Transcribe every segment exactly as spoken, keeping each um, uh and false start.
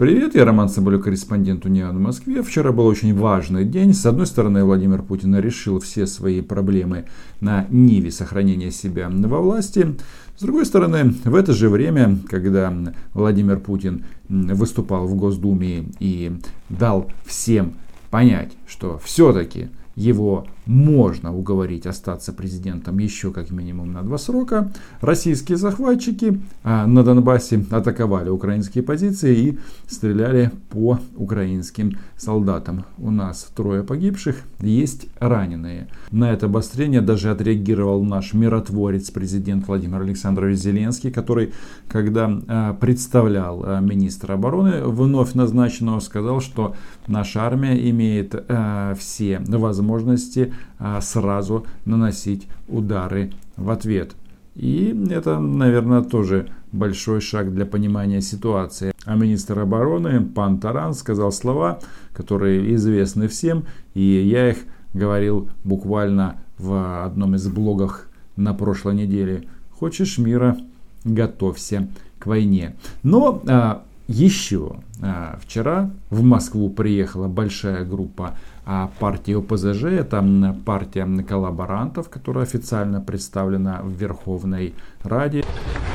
Привет, я Роман Соболев, корреспондент Униан в Москве. Вчера был очень важный день. С одной стороны, Владимир Путин решил все свои проблемы на ниве сохранения себя во власти. С другой стороны, в это же время, когда Владимир Путин выступал в Госдуме и дал всем понять, что все-таки его можно уговорить остаться президентом еще как минимум на два срока, российские захватчики на Донбассе атаковали украинские позиции и стреляли по украинским солдатам. У нас трое погибших, есть раненые. На это обострение даже отреагировал наш миротворец, президент Владимир Александрович Зеленский, который, когда представлял министра обороны вновь назначенного, сказал, что наша армия имеет все возможности сразу наносить удары в ответ. И это, наверное, тоже большой шаг для понимания ситуации. А министр обороны пан Таран сказал слова, которые известны всем, и я их говорил буквально в одном из блогов на прошлой неделе. Хочешь мира, готовься к войне. Но а, еще а, вчера в Москву приехала большая группа а, партии О Пэ Зэ Жэ. Это партия коллаборантов, которая официально представлена в Верховной Раде.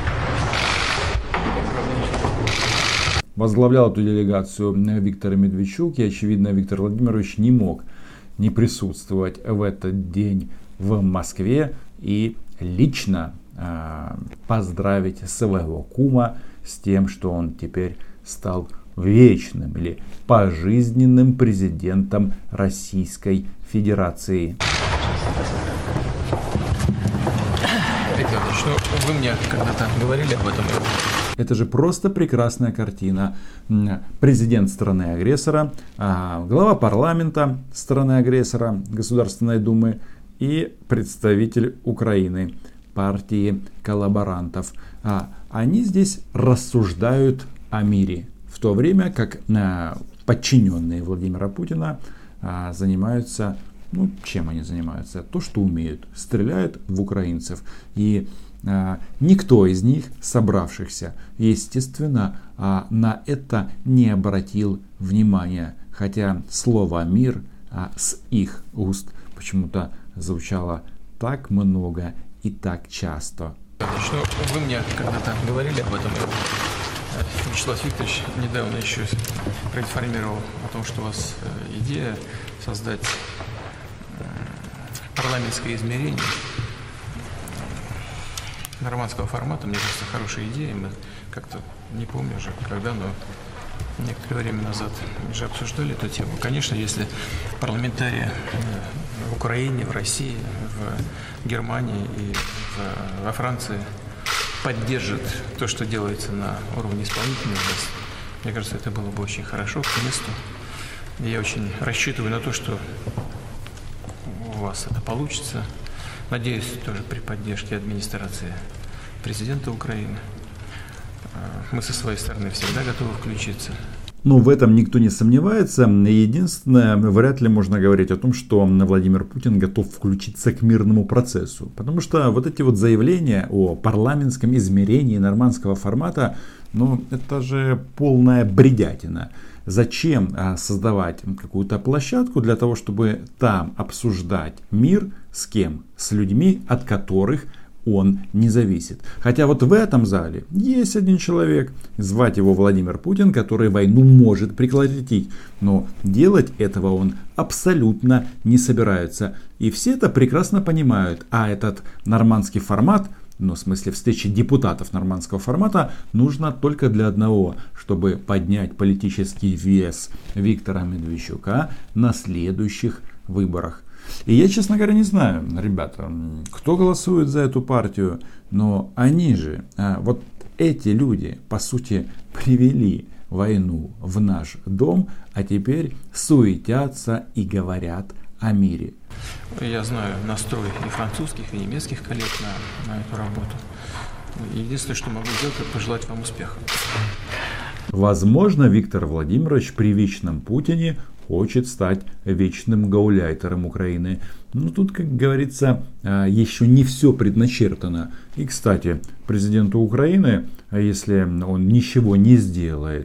Возглавлял эту делегацию Виктор Медведчук, и, очевидно, Виктор Владимирович не мог не присутствовать в этот день в Москве и лично э, поздравить своего кума с тем, что он теперь стал вечным или пожизненным президентом Российской Федерации. Виктор Ильич, ну вы мне когда-то говорили об этом. Это же просто прекрасная картина. Президент страны-агрессора, глава парламента страны-агрессора, Государственной Думы и представитель Украины, партии коллаборантов. Они здесь рассуждают о мире, в то время как подчиненные Владимира Путина занимаются, ну, чем они занимаются? То, что умеют. Стреляют в украинцев. И никто из них, собравшихся, естественно, на это не обратил внимания. Хотя слово «мир» с их уст почему-то звучало так много и так часто. Ну, вы мне когда-то говорили об этом. Вячеслав Викторович недавно еще проинформировал о том, что у вас идея создать парламентское измерение нормандского формата. Мне кажется, хорошая идея. Мы как-то, не помню уже когда, но некоторое время назад уже обсуждали эту тему. Конечно, если парламентарии в Украине, в России, в Германии и в, во Франции поддержат то, что делается на уровне исполнительной власти, мне кажется, это было бы очень хорошо, к месту. И я очень рассчитываю на то, что у вас это получится. Надеюсь, тоже при поддержке администрации президента Украины. Мы со своей стороны всегда готовы включиться. Ну, в этом никто не сомневается. Единственное, вряд ли можно говорить о том, что Владимир Путин готов включиться к мирному процессу. Потому что вот эти вот заявления о парламентском измерении нормандского формата, ну, это же полная бредятина. Зачем создавать какую-то площадку для того, чтобы там обсуждать мир с кем? С людьми, от которых он не зависит. Хотя вот в этом зале есть один человек, звать его Владимир Путин, который войну может прекратить. Но делать этого он абсолютно не собирается. И все это прекрасно понимают. А этот нормандский формат, ну, в смысле встречи депутатов нормандского формата, нужно только для одного, чтобы поднять политический вес Виктора Медведчука на следующих выборах. И я, честно говоря, не знаю, ребята, кто голосует за эту партию, но они же, вот эти люди, по сути, привели войну в наш дом, а теперь суетятся и говорят о мире. Я знаю настрой и французских, и немецких коллег на, на эту работу. Единственное, что могу сделать, это пожелать вам успеха. Возможно, Виктор Владимирович при вечном Путине хочет стать вечным гауляйтером Украины. Но тут, как говорится, еще не все предначертано. И, кстати, президенту Украины, если он ничего не сделает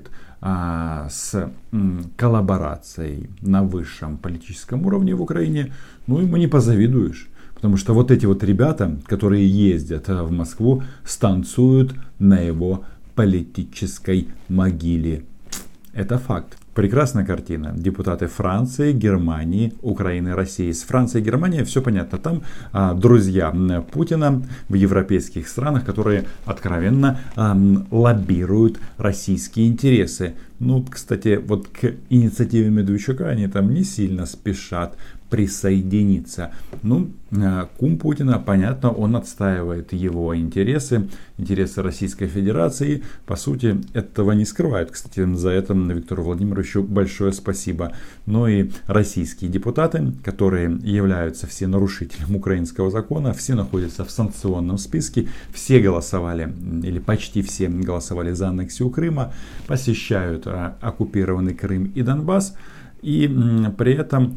а, с м, коллаборацией на высшем политическом уровне в Украине, ну, ему не позавидуешь. Потому что вот эти вот ребята, которые ездят в Москву, станцуют на его политической могиле. Это факт. Прекрасная картина. Депутаты Франции, Германии, Украины, России. С Францией и Германией все понятно. Там а, друзья Путина в европейских странах, которые откровенно а, лоббируют российские интересы. Ну, кстати, вот к инициативе Медведчука они там не сильно спешат присоединиться. Ну, кум Путина, понятно, он отстаивает его интересы, интересы Российской Федерации. По сути, этого не скрывают. Кстати, за это Виктору Владимировичу большое спасибо. Но и российские депутаты, которые являются все нарушителем украинского закона, все находятся в санкционном списке, все голосовали, или почти все голосовали за аннексию Крыма, посещают оккупированный Крым и Донбасс, и при этом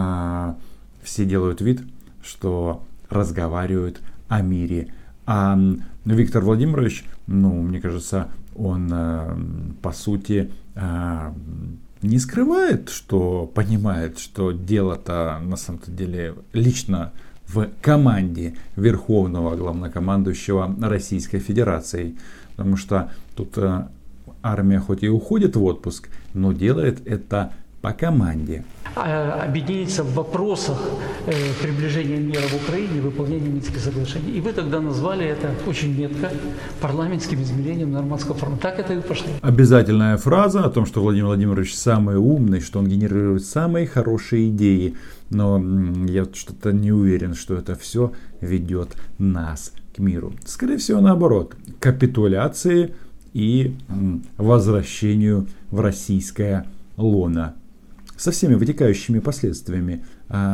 а, все делают вид, что разговаривают о мире. А Виктор Владимирович, ну, мне кажется, он а, по сути а, не скрывает, что понимает, что дело-то на самом-то деле лично в команде Верховного Главнокомандующего Российской Федерации. Потому что тут а, армия хоть и уходит в отпуск, но делает это по команде. Объединиться в вопросах э, приближения мира в Украине и выполнения Минских соглашений. И вы тогда назвали это очень метко парламентским измерением нормандского формата. Так это и пошло. Обязательная фраза о том, что Владимир Владимирович самый умный, что он генерирует самые хорошие идеи. Но я что-то не уверен, что это все ведет нас к миру. Скорее всего, наоборот, к капитуляции и возвращению в российское лоно. Со всеми вытекающими последствиями.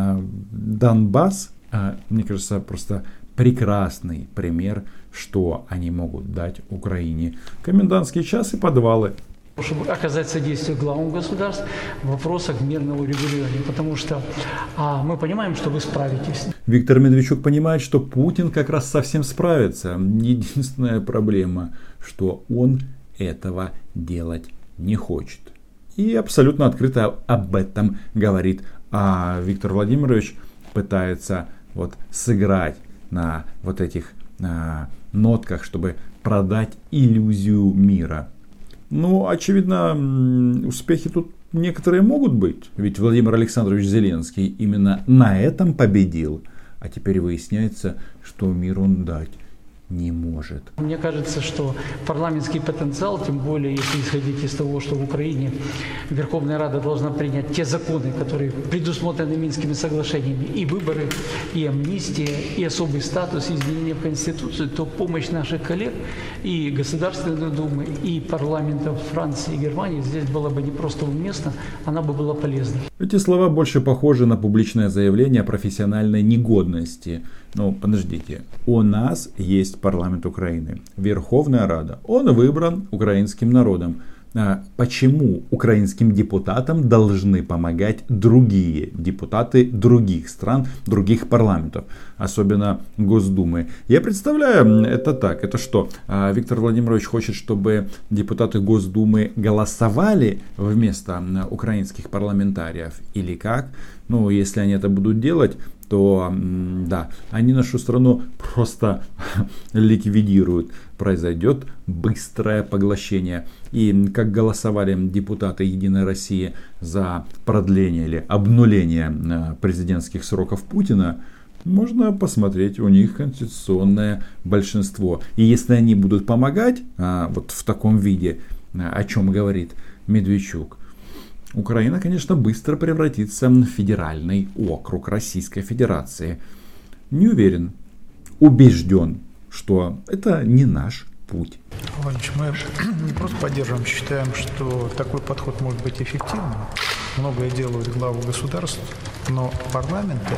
Донбасс, мне кажется, просто прекрасный пример, что они могут дать Украине. Комендантский час и подвалы. Чтобы оказать содействие главам государств в вопросах мирного регулирования. Потому что а, мы понимаем, что вы справитесь. Виктор Медведчук понимает, что Путин как раз совсем справится. Единственная проблема, что он этого делать не хочет. И абсолютно открыто об этом говорит. А Виктор Владимирович пытается вот сыграть на вот этих а, нотках, чтобы продать иллюзию мира. Ну, очевидно, успехи тут некоторые могут быть. Ведь Владимир Александрович Зеленский именно на этом победил. А теперь выясняется, что мир он дать не может. Мне кажется, что парламентский потенциал, тем более если исходить из того, что в Украине Верховная Рада должна принять те законы, которые предусмотрены Минскими соглашениями, и выборы, и амнистия, и особый статус, и изменения в Конституцию, то помощь наших коллег и Государственной Думы, и парламентов Франции и Германии здесь была бы не просто уместна, она бы была полезна. Эти слова больше похожи на публичное заявление о профессиональной негодности. Ну, подождите, у нас есть парламент Украины, Верховная Рада, он выбран украинским народом. А почему украинским депутатам должны помогать другие депутаты других стран, других парламентов, особенно Госдумы? Я представляю, это так, это что, Виктор Владимирович хочет, чтобы депутаты Госдумы голосовали вместо украинских парламентариев или как? Ну, если они это будут делать, то да, они нашу страну просто ликвидируют. Произойдет быстрое поглощение. И как голосовали депутаты Единой России за продление или обнуление президентских сроков Путина, можно посмотреть, у них конституционное большинство. И если они будут помогать вот в таком виде, о чем говорит Медведчук, Украина, конечно, быстро превратится в федеральный округ Российской Федерации. Не уверен, убежден, что это не наш путь. Владимирович, мы не просто поддерживаем, считаем, что такой подход может быть эффективным. Многое делают главы государств, но парламенты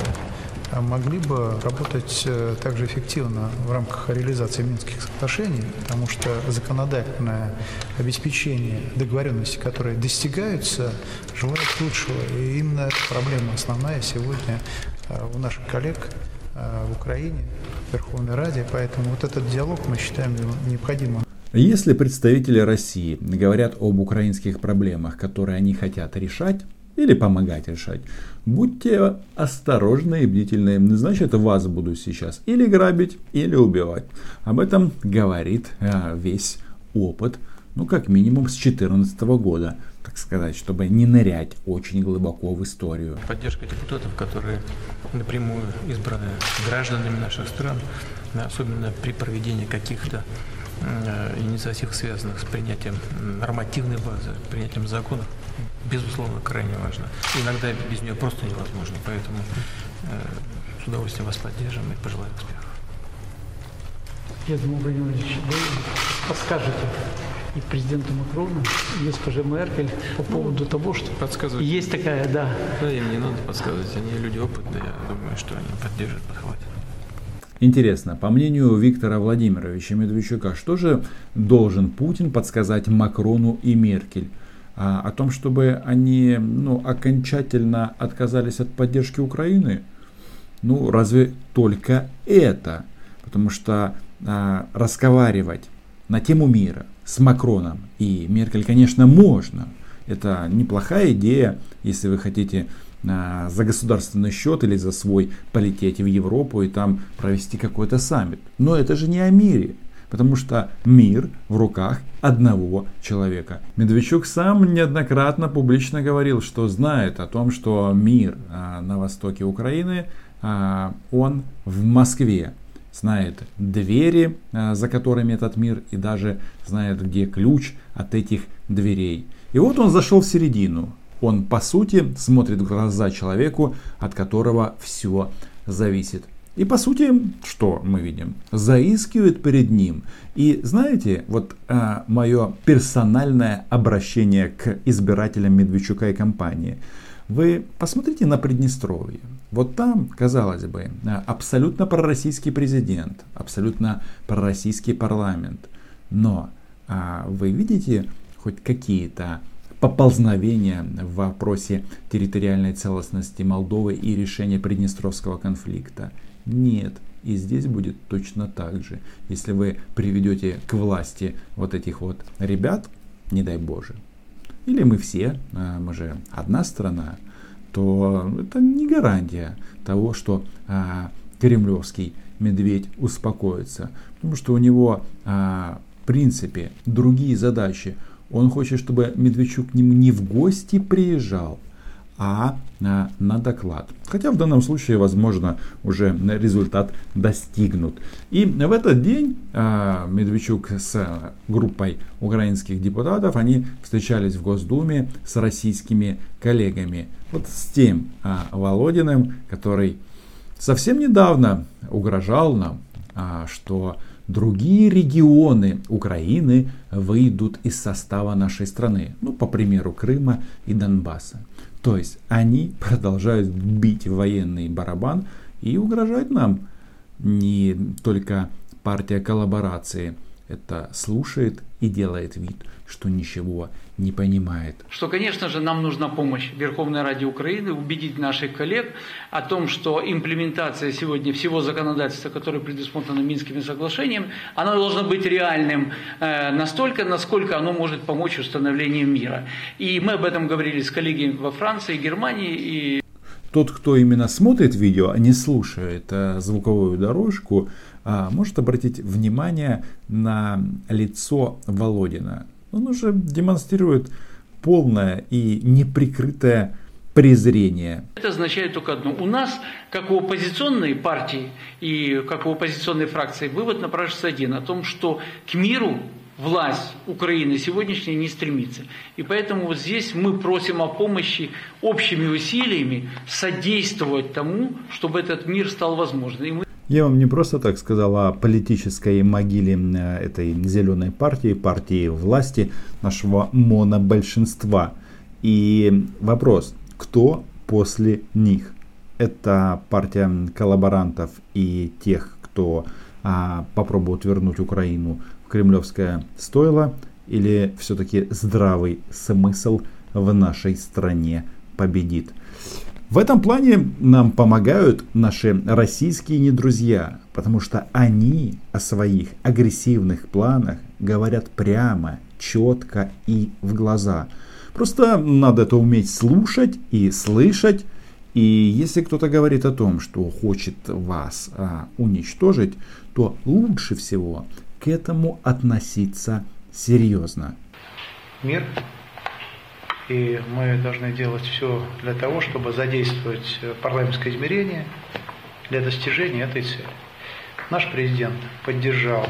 могли бы работать также эффективно в рамках реализации Минских соглашений, потому что законодательное обеспечение договоренностей, которые достигаются, желает лучшего. И именно эта проблема основная сегодня у наших коллег в Украине, в Верховной Раде. Поэтому вот этот диалог мы считаем необходимым. Если представители России говорят об украинских проблемах, которые они хотят решать или помогать решать, будьте осторожны и бдительны, значит вас будут сейчас или грабить, или убивать. Об этом говорит а, весь опыт, ну как минимум с две тысячи четырнадцатого года, так сказать, чтобы не нырять очень глубоко в историю. Поддержка депутатов, которые напрямую избраны гражданами наших стран, особенно при проведении каких-то инициатив, связанных с принятием нормативной базы, принятием законов, безусловно, крайне важно. Иногда без нее просто невозможно, поэтому э, с удовольствием вас поддержим и пожелаем успехов. Я думаю, Владимир Владимирович, вы подскажете и президенту Макрону, и госпоже Меркель по поводу того, что подсказывать. Есть такая, да. Да, им не надо подсказывать, они люди опытные, я думаю, что они поддержат, подхватят. Интересно, по мнению Виктора Владимировича Медведчука, что же должен Путин подсказать Макрону и Меркель? А, о том, чтобы они ну, окончательно отказались от поддержки Украины? Ну, разве только это? Потому что а, разговаривать на тему мира с Макроном и Меркель, конечно, можно. Это неплохая идея, если вы хотите за государственный счет или за свой полететь в Европу и там провести какой-то саммит. Но это же не о мире, потому что мир в руках одного человека. Медведчук сам неоднократно публично говорил, что знает о том, что мир на востоке Украины, он в Москве. Знает двери, за которыми этот мир, и даже знает, где ключ от этих дверей. И вот он зашел в середину. Он, по сути, смотрит в глаза человеку, от которого все зависит. И, по сути, что мы видим? Заискивает перед ним. И, знаете, вот а, мое персональное обращение к избирателям Медведчука и компании. Вы посмотрите на Приднестровье. Вот там, казалось бы, абсолютно пророссийский президент, абсолютно пророссийский парламент. Но а, вы видите хоть какие-то поползновения в вопросе территориальной целостности Молдовы и решения Приднестровского конфликта? Нет. И здесь будет точно так же. Если вы приведете к власти вот этих вот ребят, не дай Боже, или мы все, мы же одна страна, то это не гарантия того, что а, кремлевский медведь успокоится. Потому что у него, а, в принципе, другие задачи. Он хочет, чтобы Медведчук к нему не в гости приезжал, а на, на доклад. Хотя в данном случае, возможно, уже результат достигнут. И в этот день а, Медведчук с группой украинских депутатов, они встречались в Госдуме с российскими коллегами. Вот с тем а, Володиным, который совсем недавно угрожал нам, а, что другие регионы Украины выйдут из состава нашей страны. Ну, по примеру, Крыма и Донбасса. То есть они продолжают бить военный барабан и угрожать нам. Не только партия коллаборации это слушает и делает вид, что ничего не понимает. Что, конечно же, нам нужна помощь Верховной Раде Украины, убедить наших коллег о том, что имплементация сегодня всего законодательства, которое предусмотрено Минским соглашением, оно должно быть реальным э, настолько, насколько оно может помочь установлению мира. И мы об этом говорили с коллегами во Франции, Германии. И... Тот, кто именно смотрит видео, а не слушает э, звуковую дорожку, э, может обратить внимание на лицо Володина. Он уже демонстрирует полное и неприкрытое презрение. Это означает только одно. У нас, как у оппозиционной партии и как у оппозиционной фракции, вывод напрашивается один. О том, что к миру власть Украины сегодняшняя не стремится. И поэтому вот здесь мы просим о помощи общими усилиями содействовать тому, чтобы этот мир стал возможным. И мы... Я вам не просто так сказал о политической могиле этой зеленой партии, партии власти, нашего монобольшинства. И вопрос, кто после них? Это партия коллаборантов и тех, кто а, попробует вернуть Украину в кремлевское стойло, или все-таки здравый смысл в нашей стране победит? В этом плане нам помогают наши российские недрузья, потому что они о своих агрессивных планах говорят прямо, четко и в глаза. Просто надо это уметь слушать и слышать. И если кто-то говорит о том, что хочет вас а, уничтожить, то лучше всего к этому относиться серьезно. Мир. И мы должны делать все для того, чтобы задействовать парламентское измерение для достижения этой цели. Наш президент поддержал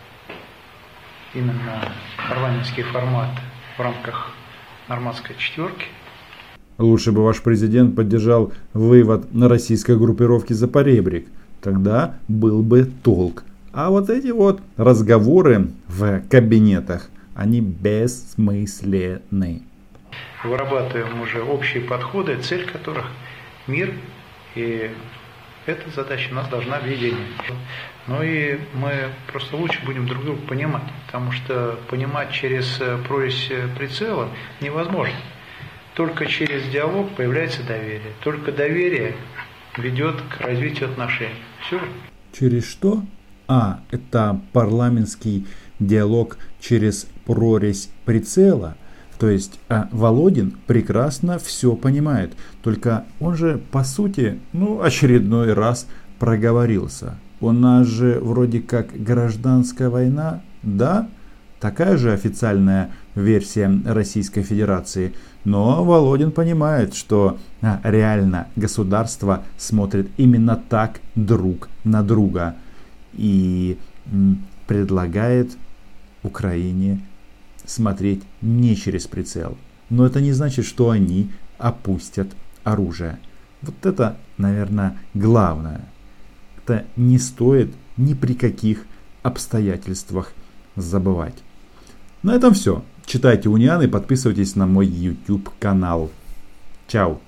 именно парламентский формат в рамках Нормандской четверки. Лучше бы ваш президент поддержал вывод на российской группировке за поребрик. Тогда был бы толк. А вот эти вот разговоры в кабинетах, они бессмысленны. Вырабатываем уже общие подходы, цель которых мир, и эта задача у нас должна объединять. Ну и мы просто лучше будем друг друга понимать, потому что понимать через прорезь прицела невозможно. Только через диалог появляется доверие. Только доверие ведет к развитию отношений. Все. Через что? А, это парламентский диалог через прорезь прицела. То есть а, Володин прекрасно все понимает. Только он же, по сути, ну, очередной раз проговорился. У нас же вроде как гражданская война, да? Такая же официальная версия Российской Федерации. Но Володин понимает, что а, реально государство смотрит именно так друг на друга. И м, предлагает Украине смотреть не через прицел. Но это не значит, что они опустят оружие. Вот это, наверное, главное. Это не стоит ни при каких обстоятельствах забывать. На этом все. Читайте Униан и подписывайтесь на мой YouTube канал. Чао!